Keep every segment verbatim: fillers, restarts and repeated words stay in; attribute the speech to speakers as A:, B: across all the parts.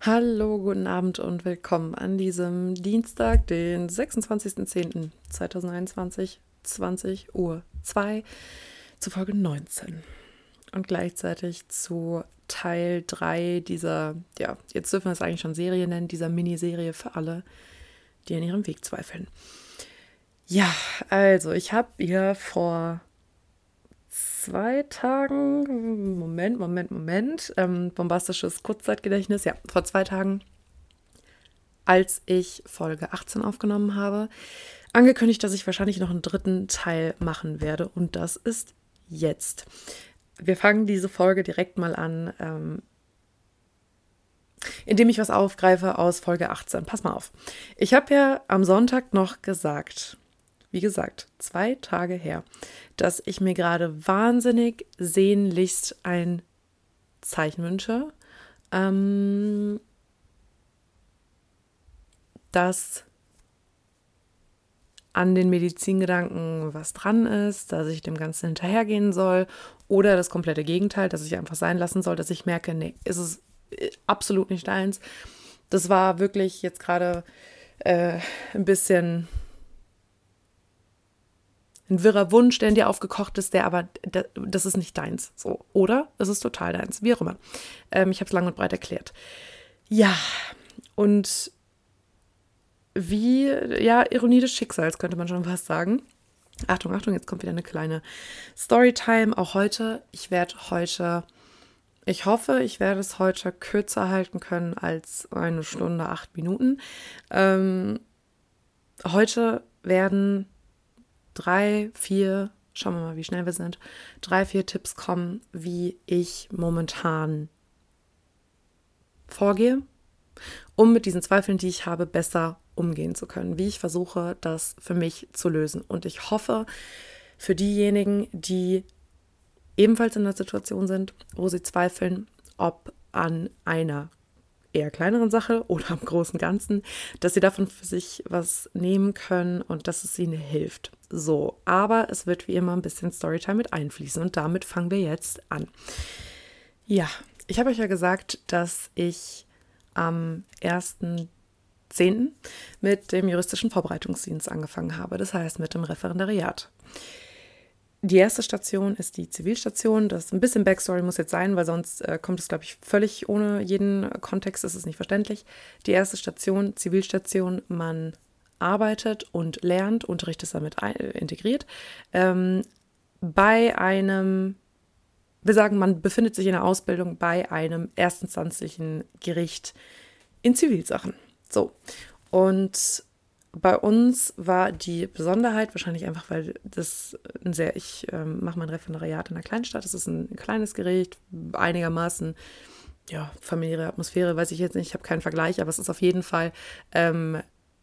A: Hallo, guten Abend und willkommen an diesem Dienstag, den sechsundzwanzigsten zehnten zweitausendeinundzwanzig, zwanzig Uhr zwei, zu Folge neunzehn und gleichzeitig zu Teil drei dieser, ja, jetzt dürfen wir es eigentlich schon Serie nennen, dieser Miniserie für alle, die an ihrem Weg zweifeln. Ja, also ich habe ihr vor zwei Tagen, Moment, Moment, Moment, ähm, bombastisches Kurzzeitgedächtnis, ja, vor zwei Tagen, als ich Folge achtzehn aufgenommen habe, angekündigt, dass ich wahrscheinlich noch einen dritten Teil machen werde und das ist jetzt. Wir fangen diese Folge direkt mal an, ähm, indem ich was aufgreife aus Folge achtzehn. Pass mal auf. Ich habe ja am Sonntag noch gesagt, wie gesagt, zwei Tage her, dass ich mir gerade wahnsinnig sehnlichst ein Zeichen wünsche, ähm, dass an den Medizingedanken was dran ist, dass ich dem Ganzen hinterhergehen soll oder das komplette Gegenteil, dass ich einfach sein lassen soll, dass ich merke, nee, ist es absolut nicht deins. Das war wirklich jetzt gerade äh, ein bisschen ein wirrer Wunsch, der in dir aufgekocht ist, der aber, das ist nicht deins. So, oder? Es ist total deins, wie auch immer. Ähm, ich habe es lang und breit erklärt. Ja, und wie, ja, Ironie des Schicksals, könnte man schon fast sagen. Achtung, Achtung, jetzt kommt wieder eine kleine Storytime. Auch heute, ich werde heute, ich hoffe, ich werde es heute kürzer halten können als eine Stunde, acht Minuten. Ähm, heute werden drei, vier, schauen wir mal, wie schnell wir sind, drei, vier Tipps kommen, wie ich momentan vorgehe, um mit diesen Zweifeln, die ich habe, besser umgehen zu können, wie ich versuche, das für mich zu lösen. Und ich hoffe, für diejenigen, die ebenfalls in der Situation sind, wo sie zweifeln, ob an einer eher kleineren Sache oder am großen Ganzen, dass sie davon für sich was nehmen können und dass es ihnen hilft. So, aber es wird wie immer ein bisschen Storytime mit einfließen und damit fangen wir jetzt an. Ja, ich habe euch ja gesagt, dass ich am ersten zehnten mit dem juristischen Vorbereitungsdienst angefangen habe, das heißt mit dem Referendariat. Die erste Station ist die Zivilstation. Das ein bisschen Backstory muss jetzt sein, weil sonst äh, kommt es, glaube ich, völlig ohne jeden Kontext. Das ist nicht verständlich. Die erste Station, Zivilstation, man arbeitet und lernt, Unterricht ist damit ein, äh, integriert, ähm, bei einem, wir sagen, man befindet sich in der Ausbildung bei einem erstinstanzlichen Gericht in Zivilsachen. So, und bei uns war die Besonderheit, wahrscheinlich einfach, weil das ein sehr, ich ähm, mache mein Referendariat in einer Kleinstadt, es ist ein kleines Gericht, einigermaßen, ja, familiäre Atmosphäre, weiß ich jetzt nicht, ich habe keinen Vergleich, aber es ist auf jeden Fall, ähm,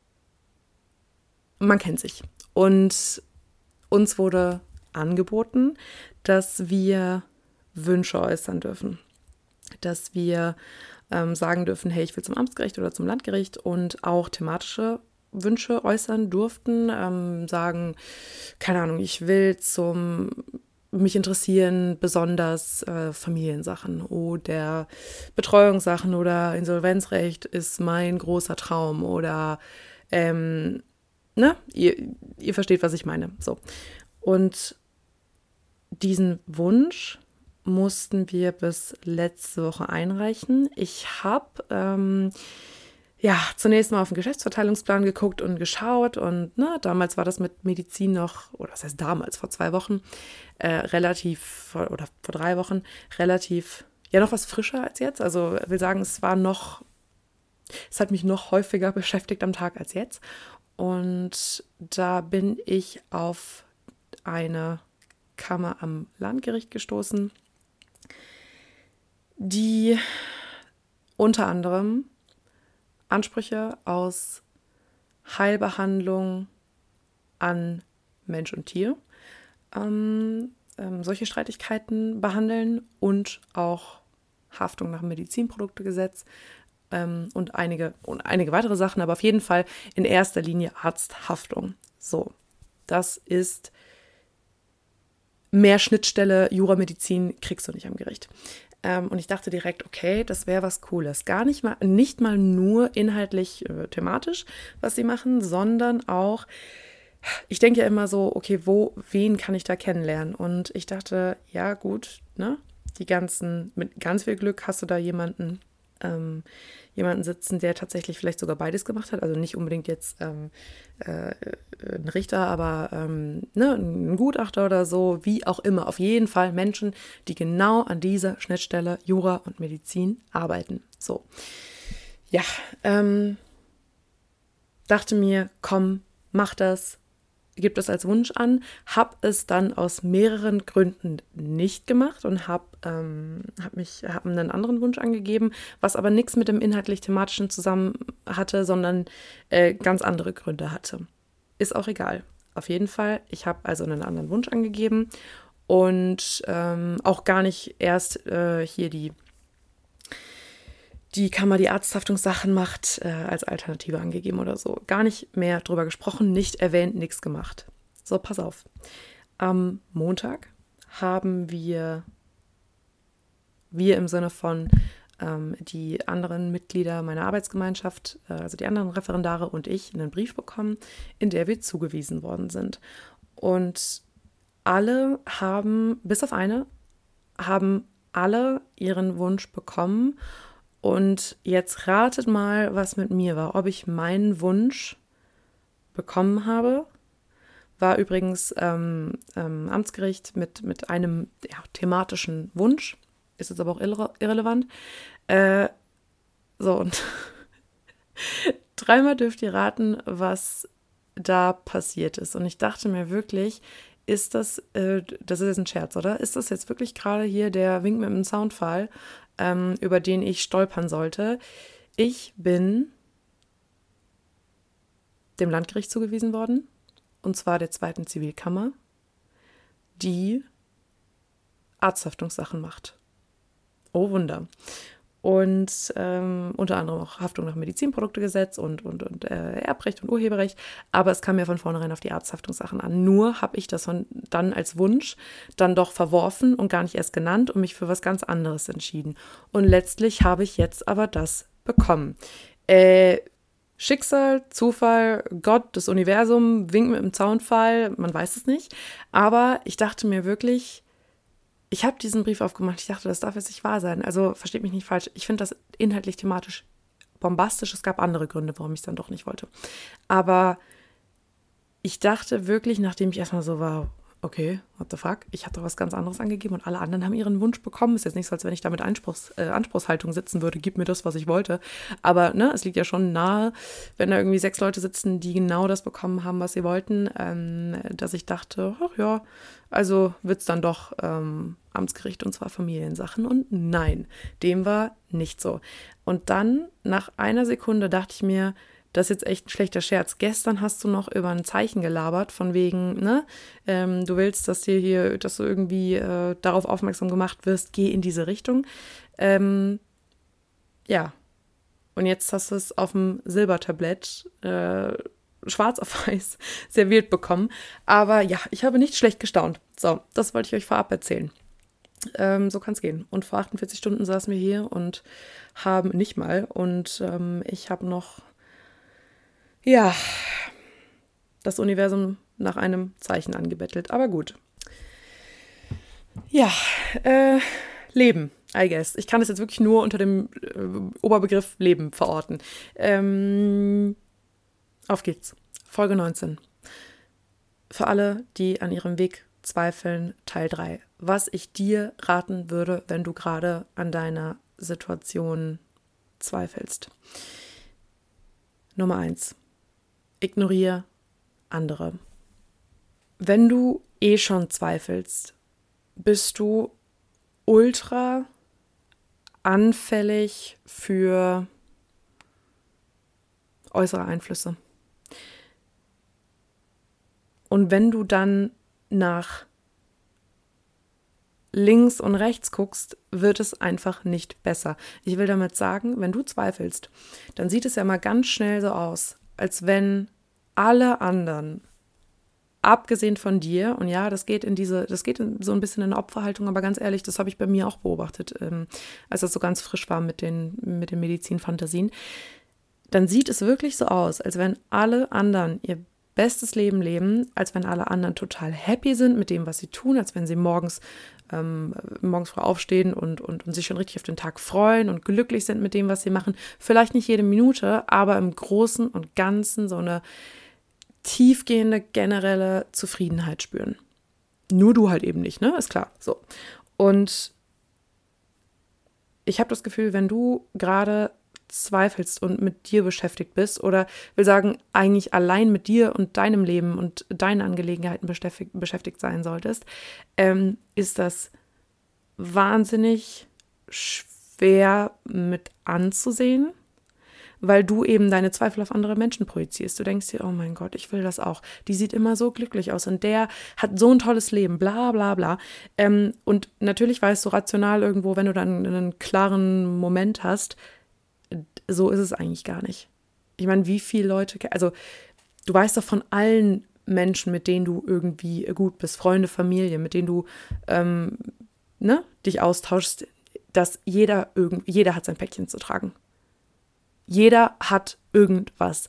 A: man kennt sich. Und uns wurde angeboten, dass wir Wünsche äußern dürfen, dass wir ähm, sagen dürfen, hey, ich will zum Amtsgericht oder zum Landgericht und auch thematische Wünsche äußern durften, ähm, sagen, keine Ahnung, ich will zum, mich interessieren besonders äh, Familiensachen oder Betreuungssachen oder Insolvenzrecht ist mein großer Traum oder, ähm, ne, ihr, ihr versteht, was ich meine. So. Und diesen Wunsch mussten wir bis letzte Woche einreichen. Ich habe ähm, ja, zunächst mal auf den Geschäftsverteilungsplan geguckt und geschaut und ne, damals war das mit Medizin noch, oder das heißt damals, vor zwei Wochen, äh, relativ, oder vor drei Wochen, relativ, ja noch was frischer als jetzt. Also ich will sagen, es war noch, es hat mich noch häufiger beschäftigt am Tag als jetzt. Und da bin ich auf eine Kammer am Landgericht gestoßen, die unter anderem Ansprüche aus Heilbehandlung an Mensch und Tier, ähm, ähm, solche Streitigkeiten behandeln und auch Haftung nach dem Medizinproduktegesetz ähm, und einige, und einige weitere Sachen, aber auf jeden Fall in erster Linie Arzthaftung. So, das ist mehr Schnittstelle, Juramedizin kriegst du nicht am Gericht. Ähm, und ich dachte direkt, okay, das wäre was Cooles. Gar nicht mal, nicht mal nur inhaltlich, äh, thematisch, was sie machen, sondern auch, ich denke ja immer so, okay, wo, wen kann ich da kennenlernen? Und ich dachte, ja, gut, ne? Die ganzen, mit ganz viel Glück hast du da jemanden, ähm, jemanden sitzen, der tatsächlich vielleicht sogar beides gemacht hat. Also nicht unbedingt jetzt ähm, äh, ein Richter, aber ähm, ne, ein Gutachter oder so, wie auch immer. Auf jeden Fall Menschen, die genau an dieser Schnittstelle Jura und Medizin arbeiten. So, ja, ähm, dachte mir, komm, mach das, gib das als Wunsch an, habe es dann aus mehreren Gründen nicht gemacht und habe ähm, hab mich hab einen anderen Wunsch angegeben, was aber nichts mit dem inhaltlich-thematischen zusammen hatte, sondern äh, ganz andere Gründe hatte. Ist auch egal. Auf jeden Fall, ich habe also einen anderen Wunsch angegeben und ähm, auch gar nicht erst äh, hier die die Kammer, die Arzthaftungssachen macht, äh, als Alternative angegeben oder so. Gar nicht mehr drüber gesprochen, nicht erwähnt, nichts gemacht. So, pass auf. Am Montag haben wir, wir im Sinne von ähm, die anderen Mitglieder meiner Arbeitsgemeinschaft, äh, also die anderen Referendare und ich, einen Brief bekommen, in der wir zugewiesen worden sind. Und alle haben, bis auf eine, haben alle ihren Wunsch bekommen. Und jetzt ratet mal, was mit mir war. Ob ich meinen Wunsch bekommen habe, war übrigens ähm, ähm, Amtsgericht mit, mit einem ja, thematischen Wunsch. Ist jetzt aber auch irre- irrelevant. Äh, so, und dreimal dürft ihr raten, was da passiert ist. Und ich dachte mir wirklich, ist das, äh, das ist jetzt ein Scherz, oder? Ist das jetzt wirklich gerade hier der Wink mit dem Soundfall, ähm, über den ich stolpern sollte? Ich bin dem Landgericht zugewiesen worden, und zwar der zweiten Zivilkammer, die Arzthaftungssachen macht. Oh Wunder. Und ähm, unter anderem auch Haftung nach Medizinproduktegesetz und, und, und äh, Erbrecht und Urheberrecht. Aber es kam mir von vornherein auf die Arzthaftungssachen an. Nur habe ich das von, dann als Wunsch dann doch verworfen und gar nicht erst genannt und mich für was ganz anderes entschieden. Und letztlich habe ich jetzt aber das bekommen. Äh, Schicksal, Zufall, Gott, das Universum, Wink mit dem Zaunpfahl, man weiß es nicht. Aber ich dachte mir wirklich, ich habe diesen Brief aufgemacht, ich dachte, das darf jetzt nicht wahr sein. Also versteht mich nicht falsch, ich finde das inhaltlich thematisch bombastisch. Es gab andere Gründe, warum ich es dann doch nicht wollte. Aber ich dachte wirklich, nachdem ich erstmal so war, okay, what the fuck, ich habe doch was ganz anderes angegeben und alle anderen haben ihren Wunsch bekommen. Ist jetzt nicht so, als wenn ich da mit Anspruchs, äh, Anspruchshaltung sitzen würde, gib mir das, was ich wollte. Aber ne, es liegt ja schon nahe, wenn da irgendwie sechs Leute sitzen, die genau das bekommen haben, was sie wollten, ähm, dass ich dachte, ach ja, also wird es dann doch ähm, Amtsgericht und zwar Familiensachen. Und nein, dem war nicht so. Und dann, nach einer Sekunde, dachte ich mir, das ist jetzt echt ein schlechter Scherz. Gestern hast du noch über ein Zeichen gelabert, von wegen, ne, ähm, du willst, dass dir hier, dass du irgendwie äh, darauf aufmerksam gemacht wirst, geh in diese Richtung. Ähm, ja. Und jetzt hast du es auf dem Silbertablett, äh, schwarz auf weiß, serviert bekommen. Aber ja, ich habe nicht schlecht gestaunt. So, das wollte ich euch vorab erzählen. Ähm, so kann es gehen. Und vor achtundvierzig Stunden saßen wir hier und haben nicht mal. Und ähm, ich habe noch ja, das Universum nach einem Zeichen angebettelt. Aber gut. Ja, äh, Leben, I guess. Ich kann es jetzt wirklich nur unter dem äh, Oberbegriff Leben verorten. Ähm, auf geht's. Folge neunzehn. Für alle, die an ihrem Weg zweifeln, Teil drei. Was ich dir raten würde, wenn du gerade an deiner Situation zweifelst. Nummer eins. Ignoriere andere. Wenn du eh schon zweifelst, bist du ultra anfällig für äußere Einflüsse. Und wenn du dann nach links und rechts guckst, wird es einfach nicht besser. Ich will damit sagen, wenn du zweifelst, dann sieht es ja mal ganz schnell so aus, als wenn alle anderen abgesehen von dir, und ja, das geht in diese, das geht in so ein bisschen in eine Opferhaltung, aber ganz ehrlich, das habe ich bei mir auch beobachtet, ähm, als das so ganz frisch war mit den, mit den Medizinfantasien, dann sieht es wirklich so aus, als wenn alle anderen ihr bestes Leben leben, als wenn alle anderen total happy sind mit dem, was sie tun, als wenn sie morgens, ähm, morgens früh aufstehen und, und, und sich schon richtig auf den Tag freuen und glücklich sind mit dem, was sie machen. Vielleicht nicht jede Minute, aber im Großen und Ganzen so eine tiefgehende generelle Zufriedenheit spüren. Nur du halt eben nicht, ne? Ist klar. So. Und ich habe das Gefühl, wenn du gerade zweifelst und mit dir beschäftigt bist oder will sagen, eigentlich allein mit dir und deinem Leben und deinen Angelegenheiten beschäftigt, beschäftigt sein solltest, ähm, ist das wahnsinnig schwer mit anzusehen, weil du eben deine Zweifel auf andere Menschen projizierst. Du denkst dir, oh mein Gott, ich will das auch. Die sieht immer so glücklich aus und der hat so ein tolles Leben, bla bla bla. Ähm, und natürlich weißt du rational irgendwo, wenn du dann einen klaren Moment hast, so ist es eigentlich gar nicht. Ich meine, wie viele Leute, also du weißt doch von allen Menschen, mit denen du irgendwie gut bist, Freunde, Familie, mit denen du ähm, ne, dich austauschst, dass jeder, irgend, jeder hat sein Päckchen zu tragen. Jeder hat irgendwas.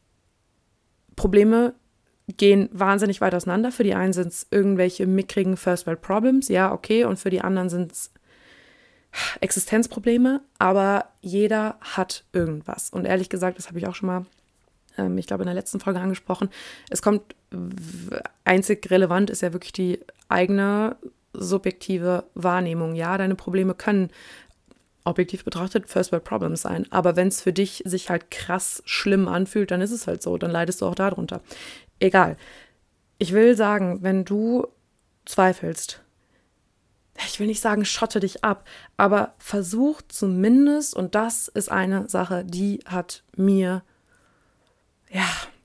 A: Probleme gehen wahnsinnig weit auseinander. Für die einen sind es irgendwelche mickrigen First World Problems, ja, okay, und für die anderen sind es Existenzprobleme, aber jeder hat irgendwas. Und ehrlich gesagt, das habe ich auch schon mal, ähm, ich glaube, in der letzten Folge angesprochen, es kommt, einzig relevant ist ja wirklich die eigene subjektive Wahrnehmung. Ja, deine Probleme können objektiv betrachtet First World Problems sein, aber wenn es für dich sich halt krass schlimm anfühlt, dann ist es halt so, dann leidest du auch darunter. Egal. Ich will sagen, wenn du zweifelst, ich will nicht sagen, schotte dich ab, aber versuch zumindest, und das ist eine Sache, die hat mir, ja,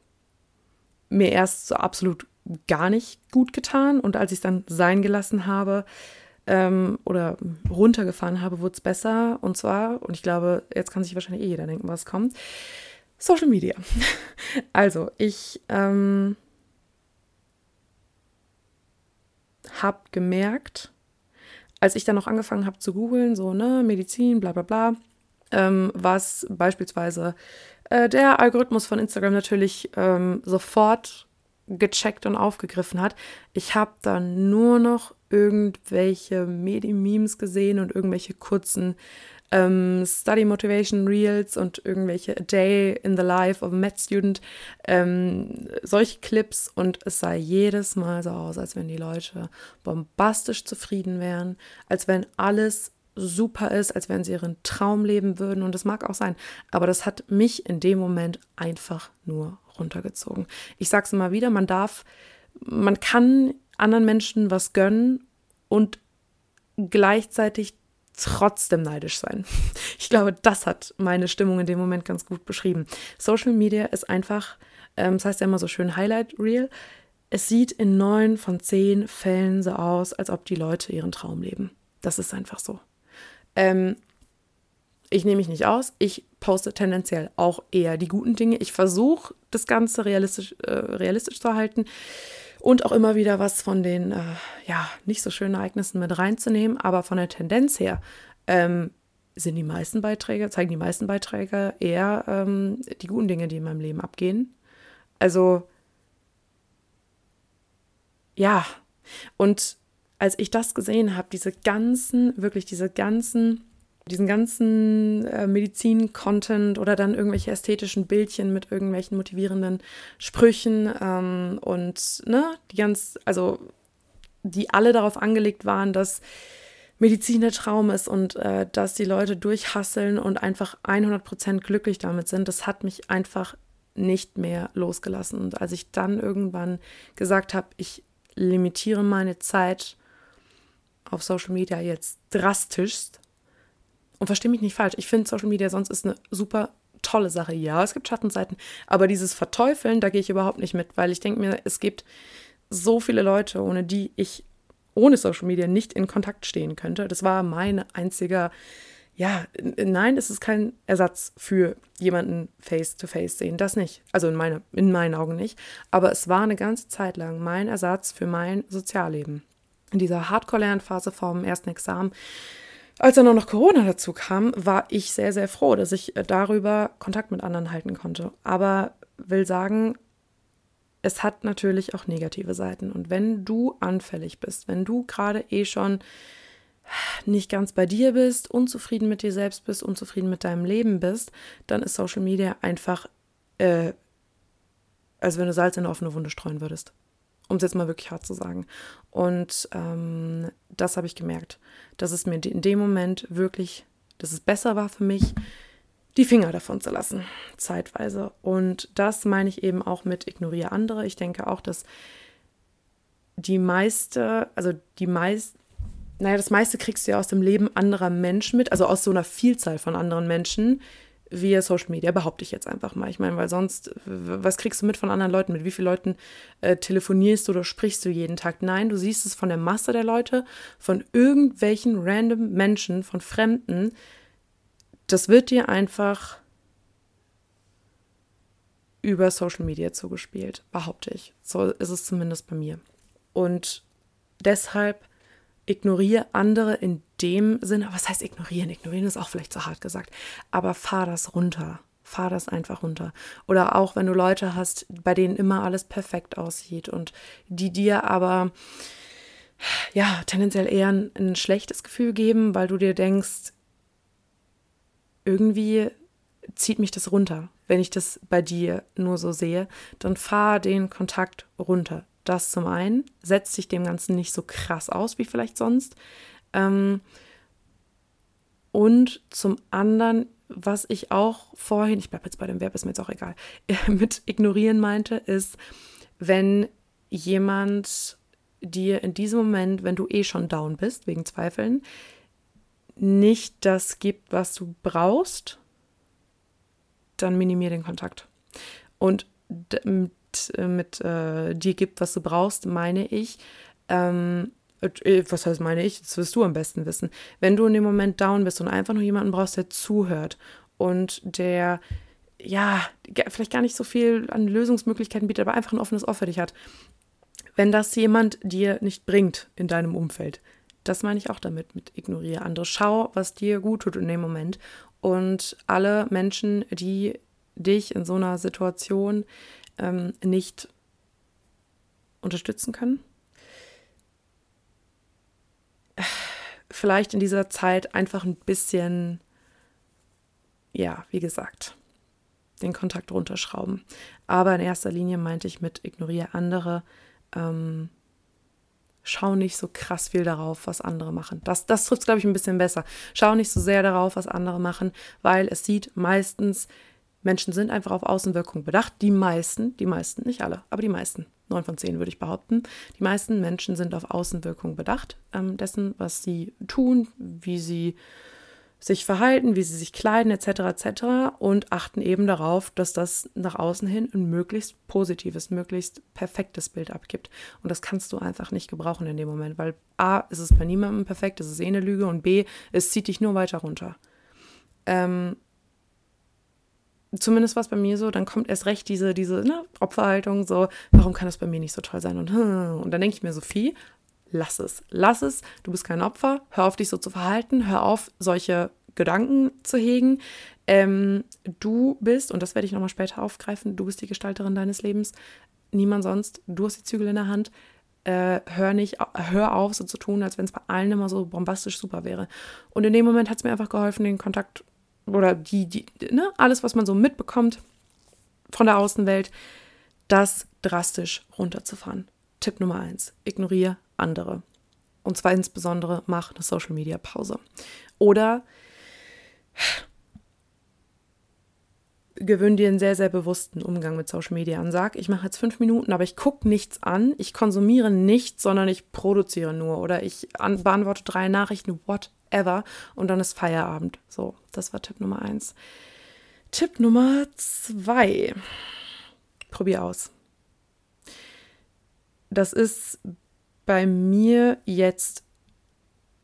A: mir erst so absolut gar nicht gut getan. Und als ich es dann sein gelassen habe ähm, oder runtergefahren habe, wurde es besser. Und zwar, und ich glaube, jetzt kann sich wahrscheinlich eh jeder denken, was kommt, Social Media. Also, ich ähm, habe gemerkt, als ich dann noch angefangen habe zu googeln, so, ne, Medizin, bla bla bla, ähm, was beispielsweise äh, der Algorithmus von Instagram natürlich ähm, sofort gecheckt und aufgegriffen hat. Ich habe dann nur noch irgendwelche Medi-Memes gesehen und irgendwelche kurzen ähm, Study Motivation Reels und irgendwelche A Day in the Life of a Med Student, ähm, solche Clips, und es sah jedes Mal so aus, als wenn die Leute bombastisch zufrieden wären, als wenn alles super ist, als wenn sie ihren Traum leben würden, und das mag auch sein, aber das hat mich in dem Moment einfach nur runtergezogen. Ich sag's immer wieder, man darf, man kann anderen Menschen was gönnen und gleichzeitig trotzdem neidisch sein. Ich glaube, das hat meine Stimmung in dem Moment ganz gut beschrieben. Social Media ist einfach, ähm, das heißt ja immer so schön Highlight Reel, es sieht in neun von zehn Fällen so aus, als ob die Leute ihren Traum leben. Das ist einfach so. Ähm, ich nehme mich nicht aus, ich poste tendenziell auch eher die guten Dinge. Ich versuche, das Ganze realistisch, äh, realistisch zu halten und auch immer wieder was von den äh, ja, nicht so schönen Ereignissen mit reinzunehmen. Aber von der Tendenz her ähm, sind die meisten Beiträge, zeigen die meisten Beiträge eher ähm, die guten Dinge, die in meinem Leben abgehen. Also, ja. Und als ich das gesehen habe, diese ganzen, wirklich diese ganzen, diesen ganzen äh, Medizin-Content oder dann irgendwelche ästhetischen Bildchen mit irgendwelchen motivierenden Sprüchen ähm, und ne, die ganz, also die alle darauf angelegt waren, dass Medizin der Traum ist und äh, dass die Leute durchhasseln und einfach hundert Prozent glücklich damit sind, das hat mich einfach nicht mehr losgelassen. Und als ich dann irgendwann gesagt habe, ich limitiere meine Zeit auf Social Media jetzt drastischst, und verstehe mich nicht falsch, ich finde Social Media sonst ist eine super tolle Sache. Ja, es gibt Schattenseiten, aber dieses Verteufeln, da gehe ich überhaupt nicht mit, weil ich denke mir, es gibt so viele Leute, ohne die ich ohne Social Media nicht in Kontakt stehen könnte. Das war mein einziger, ja, nein, es ist kein Ersatz für jemanden face-to-face sehen. Das nicht. Also in, meine, in meinen Augen nicht. Aber es war eine ganze Zeit lang mein Ersatz für mein Sozialleben. In dieser Hardcore-Lernphase vom ersten Examen, als dann auch noch Corona dazu kam, war ich sehr, sehr froh, dass ich darüber Kontakt mit anderen halten konnte. Aber will sagen, es hat natürlich auch negative Seiten. Und wenn du anfällig bist, wenn du gerade eh schon nicht ganz bei dir bist, unzufrieden mit dir selbst bist, unzufrieden mit deinem Leben bist, dann ist Social Media einfach, äh, als wenn du Salz in eine offene Wunde streuen würdest. Um es jetzt mal wirklich hart zu sagen. Und ähm, das habe ich gemerkt, dass es mir in dem Moment wirklich, dass es besser war für mich, die Finger davon zu lassen, zeitweise. Und das meine ich eben auch mit ignoriere andere. Ich denke auch, dass die meiste, also die meiste, naja, das meiste kriegst du ja aus dem Leben anderer Menschen mit, also aus so einer Vielzahl von anderen Menschen via Social Media, behaupte ich jetzt einfach mal. Ich meine, weil sonst, was kriegst du mit von anderen Leuten? Mit wie vielen Leuten äh, telefonierst du oder sprichst du jeden Tag? Nein, du siehst es von der Masse der Leute, von irgendwelchen random Menschen, von Fremden. Das wird dir einfach über Social Media zugespielt, behaupte ich. So ist es zumindest bei mir. Und deshalb ignoriere andere in dem Sinne, was heißt ignorieren? Ignorieren ist auch vielleicht zu hart gesagt, aber fahr das runter. Fahr das einfach runter. Oder auch, wenn du Leute hast, bei denen immer alles perfekt aussieht und die dir aber ja tendenziell eher ein, ein schlechtes Gefühl geben, weil du dir denkst, irgendwie zieht mich das runter. Wenn ich das bei dir nur so sehe, dann fahr den Kontakt runter. Das zum einen, setzt sich dem Ganzen nicht so krass aus wie vielleicht sonst. Ähm, und zum anderen, was ich auch vorhin, ich bleibe jetzt bei dem Verb, ist mir jetzt auch egal, mit ignorieren meinte, ist, wenn jemand dir in diesem Moment, wenn du eh schon down bist, wegen Zweifeln, nicht das gibt, was du brauchst, dann minimier den Kontakt. Und mit, mit äh, dir gibt, was du brauchst, meine ich, ähm, was heißt meine ich, das wirst du am besten wissen. Wenn du in dem Moment down bist und einfach nur jemanden brauchst, der zuhört und der, ja, vielleicht gar nicht so viel an Lösungsmöglichkeiten bietet, aber einfach ein offenes Ohr für dich hat. Wenn das jemand dir nicht bringt in deinem Umfeld, das meine ich auch damit, mit ignoriere andere. Schau, was dir gut tut in dem Moment. Und alle Menschen, die dich in so einer Situation ähm, nicht unterstützen können, vielleicht in dieser Zeit einfach ein bisschen, ja, wie gesagt, den Kontakt runterschrauben. Aber in erster Linie meinte ich mit ignoriere andere, ähm, schau nicht so krass viel darauf, was andere machen. Das, das trifft es, glaube ich, ein bisschen besser. Schau nicht so sehr darauf, was andere machen, weil es sieht meistens, Menschen sind einfach auf Außenwirkung bedacht. Die meisten, die meisten, nicht alle, aber die meisten, neun von zehn würde ich behaupten, die meisten Menschen sind auf Außenwirkung bedacht, ähm, dessen, was sie tun, wie sie sich verhalten, wie sie sich kleiden, et cetera et cetera und achten eben darauf, dass das nach außen hin ein möglichst positives, möglichst perfektes Bild abgibt. Und das kannst du einfach nicht gebrauchen in dem Moment, weil A, ist es bei niemandem perfekt, es ist eh eine Lüge und B, es zieht dich nur weiter runter. Ähm, zumindest war es bei mir so, dann kommt erst recht diese, diese ne, Opferhaltung, so, warum kann das bei mir nicht so toll sein? Und, und dann denke ich mir, Sophie, lass es, lass es, du bist kein Opfer, hör auf, dich so zu verhalten, hör auf, solche Gedanken zu hegen. Ähm, du bist, und das werde ich nochmal später aufgreifen, du bist die Gestalterin deines Lebens, niemand sonst, du hast die Zügel in der Hand, äh, hör nicht, hör auf, so zu tun, als wenn es bei allen immer so bombastisch super wäre. Und in dem Moment hat es mir einfach geholfen, den Kontakt oder die, die, ne, alles, was man so mitbekommt von der Außenwelt, das drastisch runterzufahren. Tipp Nummer eins, ignoriere andere. Und zwar insbesondere mach eine Social-Media-Pause. Oder gewöhne dir einen sehr, sehr bewussten Umgang mit Social Media an. Sag, ich mache jetzt fünf Minuten, aber ich gucke nichts an, ich konsumiere nichts, sondern ich produziere nur. Oder ich an, beantworte drei Nachrichten, whatever. Und dann ist Feierabend. So, das war Tipp Nummer eins. Tipp Nummer zwei. Probier aus. Das ist bei mir jetzt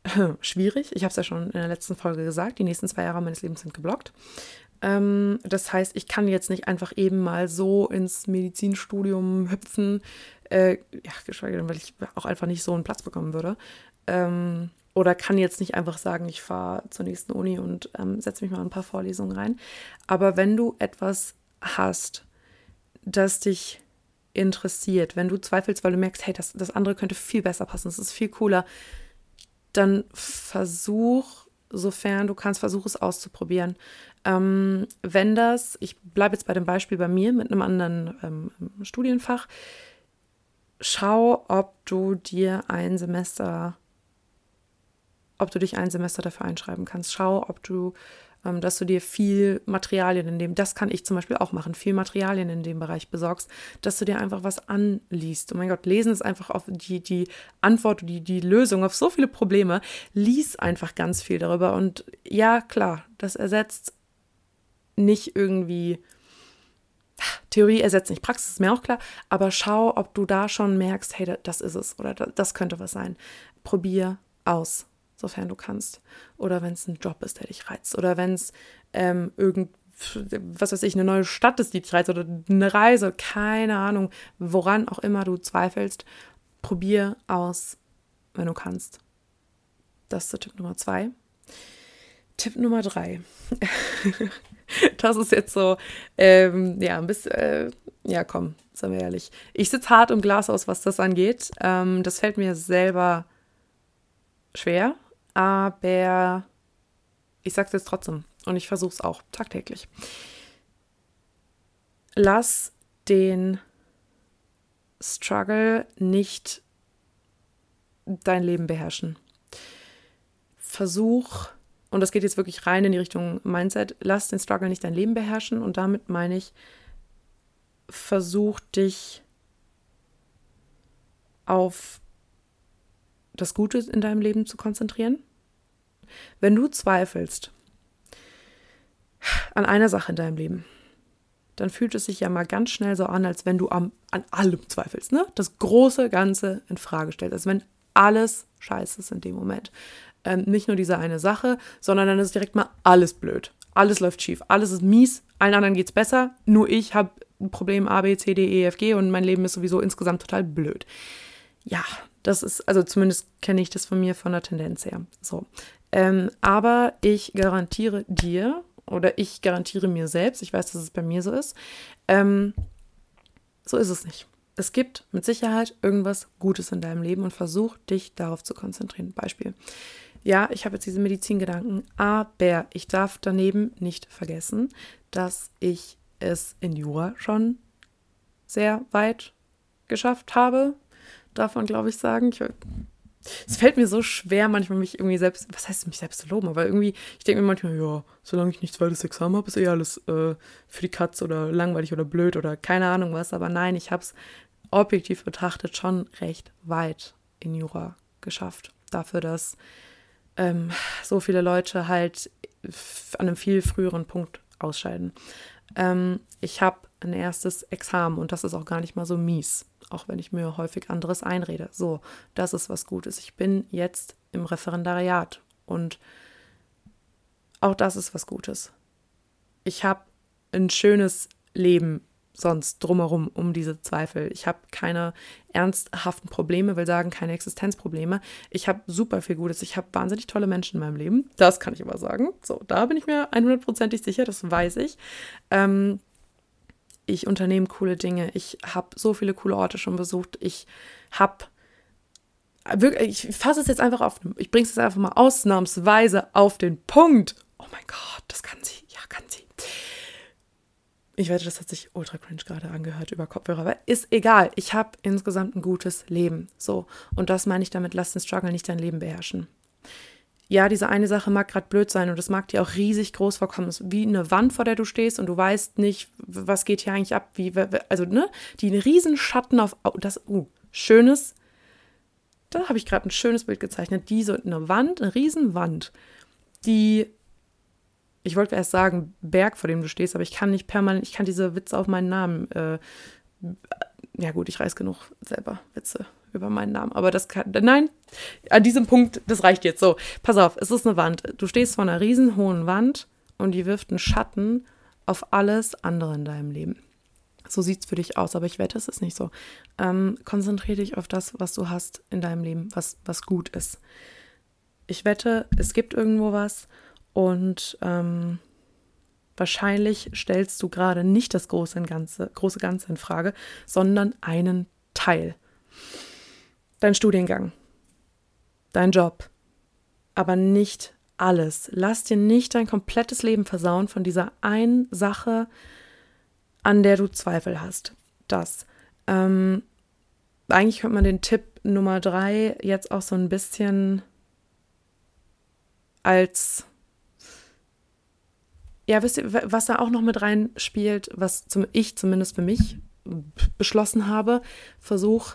A: schwierig. Ich habe es ja schon in der letzten Folge gesagt, die nächsten zwei Jahre meines Lebens sind geblockt. Ähm, das heißt, ich kann jetzt nicht einfach eben mal so ins Medizinstudium hüpfen, äh, ja, geschweige denn, weil ich auch einfach nicht so einen Platz bekommen würde. Ähm, oder kann jetzt nicht einfach sagen, ich fahre zur nächsten Uni und ähm, setze mich mal in ein paar Vorlesungen rein. Aber wenn du etwas hast, das dich interessiert, wenn du zweifelst, weil du merkst, hey, das, das andere könnte viel besser passen, das ist viel cooler, dann versuch, sofern du kannst, versuch es auszuprobieren. Ähm, wenn das, ich bleibe jetzt bei dem Beispiel bei mir mit einem anderen ähm, Studienfach, schau, ob du dir ein Semester, ob du dich ein Semester dafür einschreiben kannst. Schau, ob du, ähm, dass du dir viel Materialien in dem, das kann ich zum Beispiel auch machen, viel Materialien in dem Bereich besorgst, dass du dir einfach was anliest. Oh mein Gott, lesen ist einfach auf die, die Antwort, die, die Lösung auf so viele Probleme. Lies einfach ganz viel darüber. Und ja, klar, das ersetzt nicht irgendwie, Theorie ersetzt nicht Praxis, ist mir auch klar, aber schau, ob du da schon merkst, hey, das ist es oder das könnte was sein. Probier aus, sofern du kannst. Oder wenn es ein Job ist, der dich reizt. Oder wenn es ähm, irgend, was weiß ich, eine neue Stadt ist, die dich reizt. Oder eine Reise, keine Ahnung, woran auch immer du zweifelst. Probier aus, wenn du kannst. Das ist der Tipp Nummer zwei. Tipp Nummer drei. Das ist jetzt so, ähm, ja, ein bisschen, äh, ja komm, seien wir ehrlich. Ich sitze hart im Glashaus, was das angeht. Ähm, das fällt mir selber schwer, aber ich sag's jetzt trotzdem und ich versuche es auch tagtäglich. Lass den Struggle nicht dein Leben beherrschen. Versuch, und das geht jetzt wirklich rein in die Richtung Mindset, lass den Struggle nicht dein Leben beherrschen und damit meine ich, versuch dich auf das Gute in deinem Leben zu konzentrieren. Wenn du zweifelst an einer Sache in deinem Leben, dann fühlt es sich ja mal ganz schnell so an, als wenn du am, an allem zweifelst, ne? Das große Ganze in Frage stellst, als wenn alles scheiße ist in dem Moment. Ähm, nicht nur diese eine Sache, sondern dann ist direkt mal alles blöd. Alles läuft schief, alles ist mies, allen anderen geht's besser, nur ich habe ein Problem A, B, C, D, E, F, G und mein Leben ist sowieso insgesamt total blöd. Ja, das ist, also zumindest kenne ich das von mir von der Tendenz her. So. Ähm, aber ich garantiere dir, oder ich garantiere mir selbst, ich weiß, dass es bei mir so ist, ähm, so ist es nicht. Es gibt mit Sicherheit irgendwas Gutes in deinem Leben und versuch dich darauf zu konzentrieren. Beispiel. Ja, ich habe jetzt diese Medizingedanken, aber ich darf daneben nicht vergessen, dass ich es in Jura schon sehr weit geschafft habe. Darf man, glaube ich, sagen. Ich, es fällt mir so schwer, manchmal mich irgendwie selbst, was heißt mich selbst zu loben, aber irgendwie, ich denke mir manchmal, ja, solange ich nicht zweites Examen habe, ist eh alles äh, für die Katz oder langweilig oder blöd oder keine Ahnung was. Aber nein, ich habe es objektiv betrachtet schon recht weit in Jura geschafft. Dafür, dass ähm, so viele Leute halt an einem viel früheren Punkt ausscheiden. Ähm, ich habe ein erstes Examen und das ist auch gar nicht mal so mies, auch wenn ich mir häufig anderes einrede. So, das ist was Gutes. Ich bin jetzt im Referendariat und auch das ist was Gutes. Ich habe ein schönes Leben sonst drumherum um diese Zweifel. Ich habe keine ernsthaften Probleme, will sagen, keine Existenzprobleme. Ich habe super viel Gutes. Ich habe wahnsinnig tolle Menschen in meinem Leben. Das kann ich aber sagen. So, da bin ich mir hundertprozentig sicher, das weiß ich. Ähm, ich unternehme coole Dinge. Ich habe so viele coole Orte schon besucht. Ich habe wirklich, ich fasse es jetzt einfach auf, ich bringe es jetzt einfach mal ausnahmsweise auf den Punkt. Oh mein Gott, das kann sie. Ja, kann sie. Ich wette, das hat sich ultra cringe gerade angehört über Kopfhörer, aber ist egal. Ich habe insgesamt ein gutes Leben. So, und das meine ich damit, lass den Struggle nicht dein Leben beherrschen. Ja, diese eine Sache mag gerade blöd sein und es mag dir auch riesig groß vorkommen. Es ist wie eine Wand, vor der du stehst und du weißt nicht, was geht hier eigentlich ab. Wie, also, ne, die einen riesen Schatten auf, das, uh, schönes, da habe ich gerade ein schönes Bild gezeichnet. Die so eine Wand, eine riesen Wand, die, ich wollte erst sagen, Berg, vor dem du stehst, aber ich kann nicht permanent, ich kann diese Witze auf meinen Namen, äh, ja gut, ich reiß genug selber Witze über meinen Namen, aber das kann, nein, an diesem Punkt, das reicht jetzt so. Pass auf, es ist eine Wand. Du stehst vor einer riesen hohen Wand und die wirft einen Schatten auf alles andere in deinem Leben. So sieht es für dich aus, aber ich wette, es ist nicht so. Ähm, konzentriere dich auf das, was du hast in deinem Leben, was, was gut ist. Ich wette, es gibt irgendwo was und ähm, wahrscheinlich stellst du gerade nicht das große Ganze, große Ganze in Frage, sondern einen Teil. Dein Studiengang, dein Job, aber nicht alles. Lass dir nicht dein komplettes Leben versauen von dieser einen Sache, an der du Zweifel hast. Das. Ähm, eigentlich könnte man den Tipp Nummer drei jetzt auch so ein bisschen als, ja, wisst ihr, was da auch noch mit reinspielt, was zum, ich zumindest für mich beschlossen habe, versuch,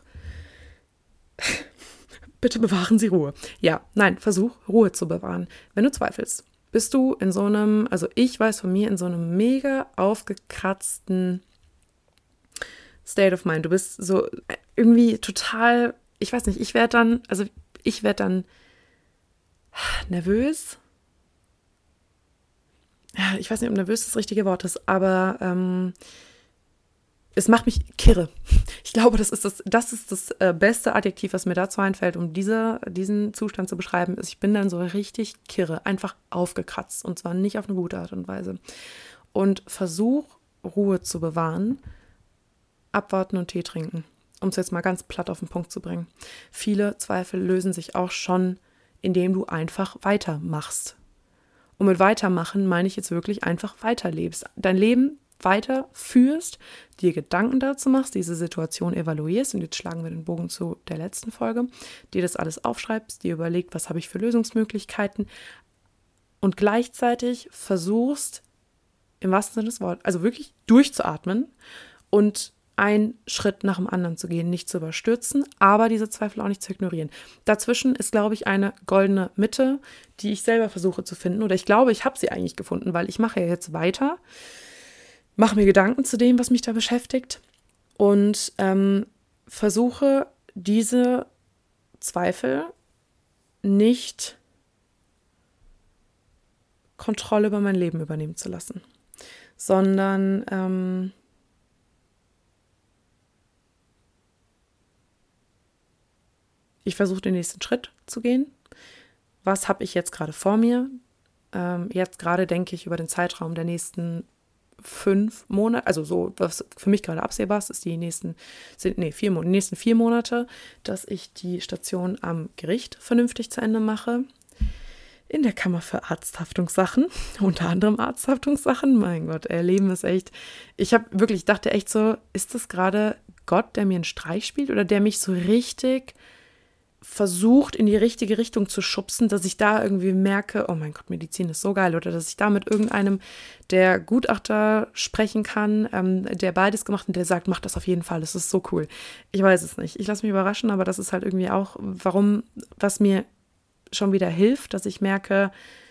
A: bitte bewahren Sie Ruhe. Ja, nein, versuch, Ruhe zu bewahren. Wenn du zweifelst, bist du in so einem, also ich weiß von mir, in so einem mega aufgekratzten State of Mind. Du bist so irgendwie total, ich weiß nicht, ich werde dann, also ich werde dann nervös. Ja, ich weiß nicht, ob nervös das richtige Wort ist, aber ähm, es macht mich kirre. Ich glaube, das ist das, das, ist das äh, beste Adjektiv, was mir dazu einfällt, um diese, diesen Zustand zu beschreiben. Ich bin dann so richtig kirre, einfach aufgekratzt und zwar nicht auf eine gute Art und Weise. Und versuch, Ruhe zu bewahren, abwarten und Tee trinken, um es jetzt mal ganz platt auf den Punkt zu bringen. Viele Zweifel lösen sich auch schon, indem du einfach weitermachst. Und mit weitermachen meine ich jetzt wirklich einfach weiterlebst. Dein Leben weiterführst, dir Gedanken dazu machst, diese Situation evaluierst und jetzt schlagen wir den Bogen zu der letzten Folge, dir das alles aufschreibst, dir überlegt, was habe ich für Lösungsmöglichkeiten und gleichzeitig versuchst, im wahrsten Sinne des Wortes, also wirklich durchzuatmen und einen Schritt nach dem anderen zu gehen, nicht zu überstürzen, aber diese Zweifel auch nicht zu ignorieren. Dazwischen ist, glaube ich, eine goldene Mitte, die ich selber versuche zu finden oder ich glaube, ich habe sie eigentlich gefunden, weil ich mache ja jetzt weiter, mache mir Gedanken zu dem, was mich da beschäftigt und ähm, versuche, diese Zweifel nicht Kontrolle über mein Leben übernehmen zu lassen, sondern ähm, ich versuche, den nächsten Schritt zu gehen. Was habe ich jetzt gerade vor mir? Ähm, jetzt gerade denke ich über den Zeitraum der nächsten fünf Monate, also so, was für mich gerade absehbar ist, ist die nächsten, sind, nee, vier, die nächsten vier Monate, dass ich die Station am Gericht vernünftig zu Ende mache. In der Kammer für Arzthaftungssachen, unter anderem Arzthaftungssachen. Mein Gott, ey, Leben ist echt, ich habe wirklich, ich dachte echt so, ist das gerade Gott, der mir einen Streich spielt oder der mich so richtig versucht, in die richtige Richtung zu schubsen, dass ich da irgendwie merke, oh mein Gott, Medizin ist so geil, oder dass ich da mit irgendeinem der Gutachter sprechen kann, ähm, der beides gemacht hat und der sagt, mach das auf jeden Fall, das ist so cool. Ich weiß es nicht, ich lasse mich überraschen, aber das ist halt irgendwie auch, warum, was mir schon wieder hilft, dass ich merke,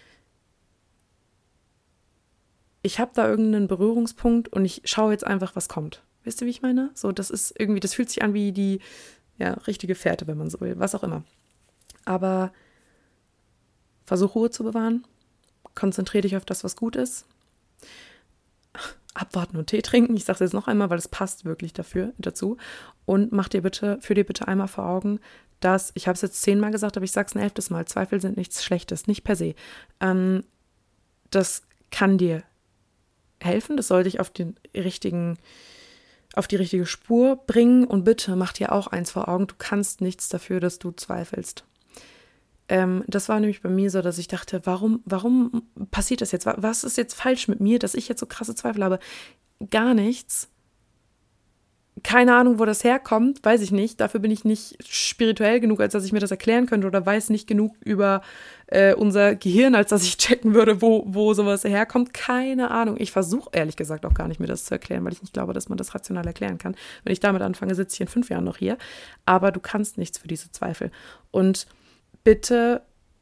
A: ich habe da irgendeinen Berührungspunkt und ich schaue jetzt einfach, was kommt. Wisst ihr, wie ich meine? So, das ist irgendwie, das fühlt sich an wie die ja, richtige Fährte, wenn man so will, was auch immer. Aber versuch Ruhe zu bewahren, konzentriere dich auf das, was gut ist, abwarten und Tee trinken, ich sage es jetzt noch einmal, weil es passt wirklich dafür, dazu und mach dir bitte, führ dir bitte einmal vor Augen, dass, ich habe es jetzt zehnmal gesagt, aber ich sage es ein elftes Mal, Zweifel sind nichts Schlechtes, nicht per se. Ähm, das kann dir helfen, das soll dich auf den richtigen auf die richtige Spur bringen und bitte mach dir auch eins vor Augen, du kannst nichts dafür, dass du zweifelst. Ähm, das war nämlich bei mir so, dass ich dachte, warum, warum passiert das jetzt? Was ist jetzt falsch mit mir, dass ich jetzt so krasse Zweifel habe? Gar nichts. Keine Ahnung, wo das herkommt, weiß ich nicht. Dafür bin ich nicht spirituell genug, als dass ich mir das erklären könnte oder weiß nicht genug über äh, unser Gehirn, als dass ich checken würde, wo, wo sowas herkommt. Keine Ahnung. Ich versuche ehrlich gesagt auch gar nicht, mir das zu erklären, weil ich nicht glaube, dass man das rational erklären kann. Wenn ich damit anfange, sitze ich in fünf Jahren noch hier. Aber du kannst nichts für diese Zweifel. Und bitte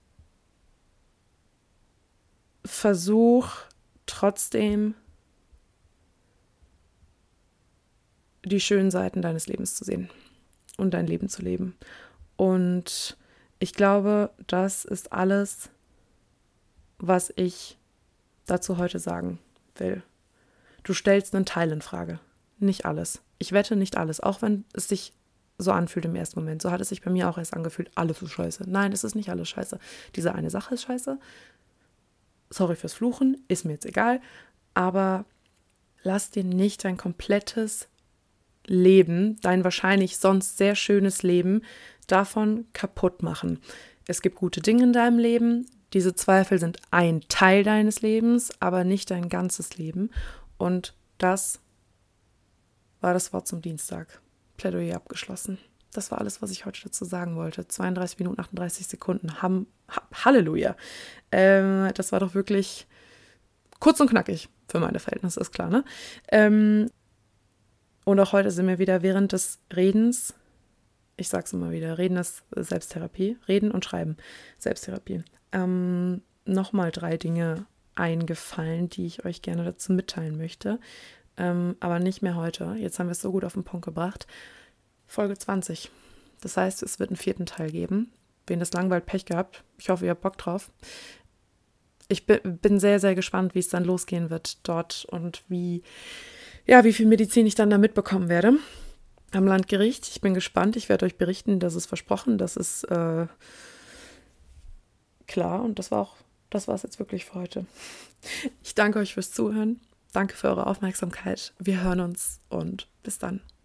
A: versuch trotzdem die schönen Seiten deines Lebens zu sehen. und dein Leben zu leben. Und ich glaube, das ist alles, was ich dazu heute sagen will. Du stellst einen Teil in Frage, nicht alles. Ich wette, nicht alles, auch wenn es sich so anfühlt im ersten Moment. So hat es sich bei mir auch erst angefühlt, alles ist scheiße. Nein, es ist nicht alles scheiße. Diese eine Sache ist scheiße. Sorry fürs Fluchen, ist mir jetzt egal. Aber lass dir nicht dein komplettes Leben, dein wahrscheinlich sonst sehr schönes Leben, davon kaputt machen. Es gibt gute Dinge in deinem Leben. Diese Zweifel sind ein Teil deines Lebens, aber nicht dein ganzes Leben. Und das war das Wort zum Dienstag. Plädoyer abgeschlossen. Das war alles, was ich heute dazu sagen wollte. zweiunddreißig Minuten, achtunddreißig Sekunden. Ham, ha, Halleluja. Ähm, das war doch wirklich kurz und knackig für meine Verhältnisse, ist klar, ne? Ähm, und auch heute sind wir wieder während des Redens, ich sag's immer wieder, Reden ist Selbsttherapie, Reden und Schreiben, Selbsttherapie. Ähm, nochmal drei Dinge eingefallen, die ich euch gerne dazu mitteilen möchte. Ähm, aber nicht mehr heute. Jetzt haben wir es so gut auf den Punkt gebracht. Folge zwanzig. Das heißt, es wird einen vierten Teil geben. Wen das langweilt, Pech gehabt. Ich hoffe, ihr habt Bock drauf. Ich bin sehr, sehr gespannt, wie es dann losgehen wird dort und wie, ja, wie viel Medizin ich dann da mitbekommen werde am Landgericht. Ich bin gespannt. Ich werde euch berichten, das ist versprochen. Das ist äh, klar. Und das war auch, das war es jetzt wirklich für heute. Ich danke euch fürs Zuhören. Danke für eure Aufmerksamkeit. Wir hören uns und bis dann.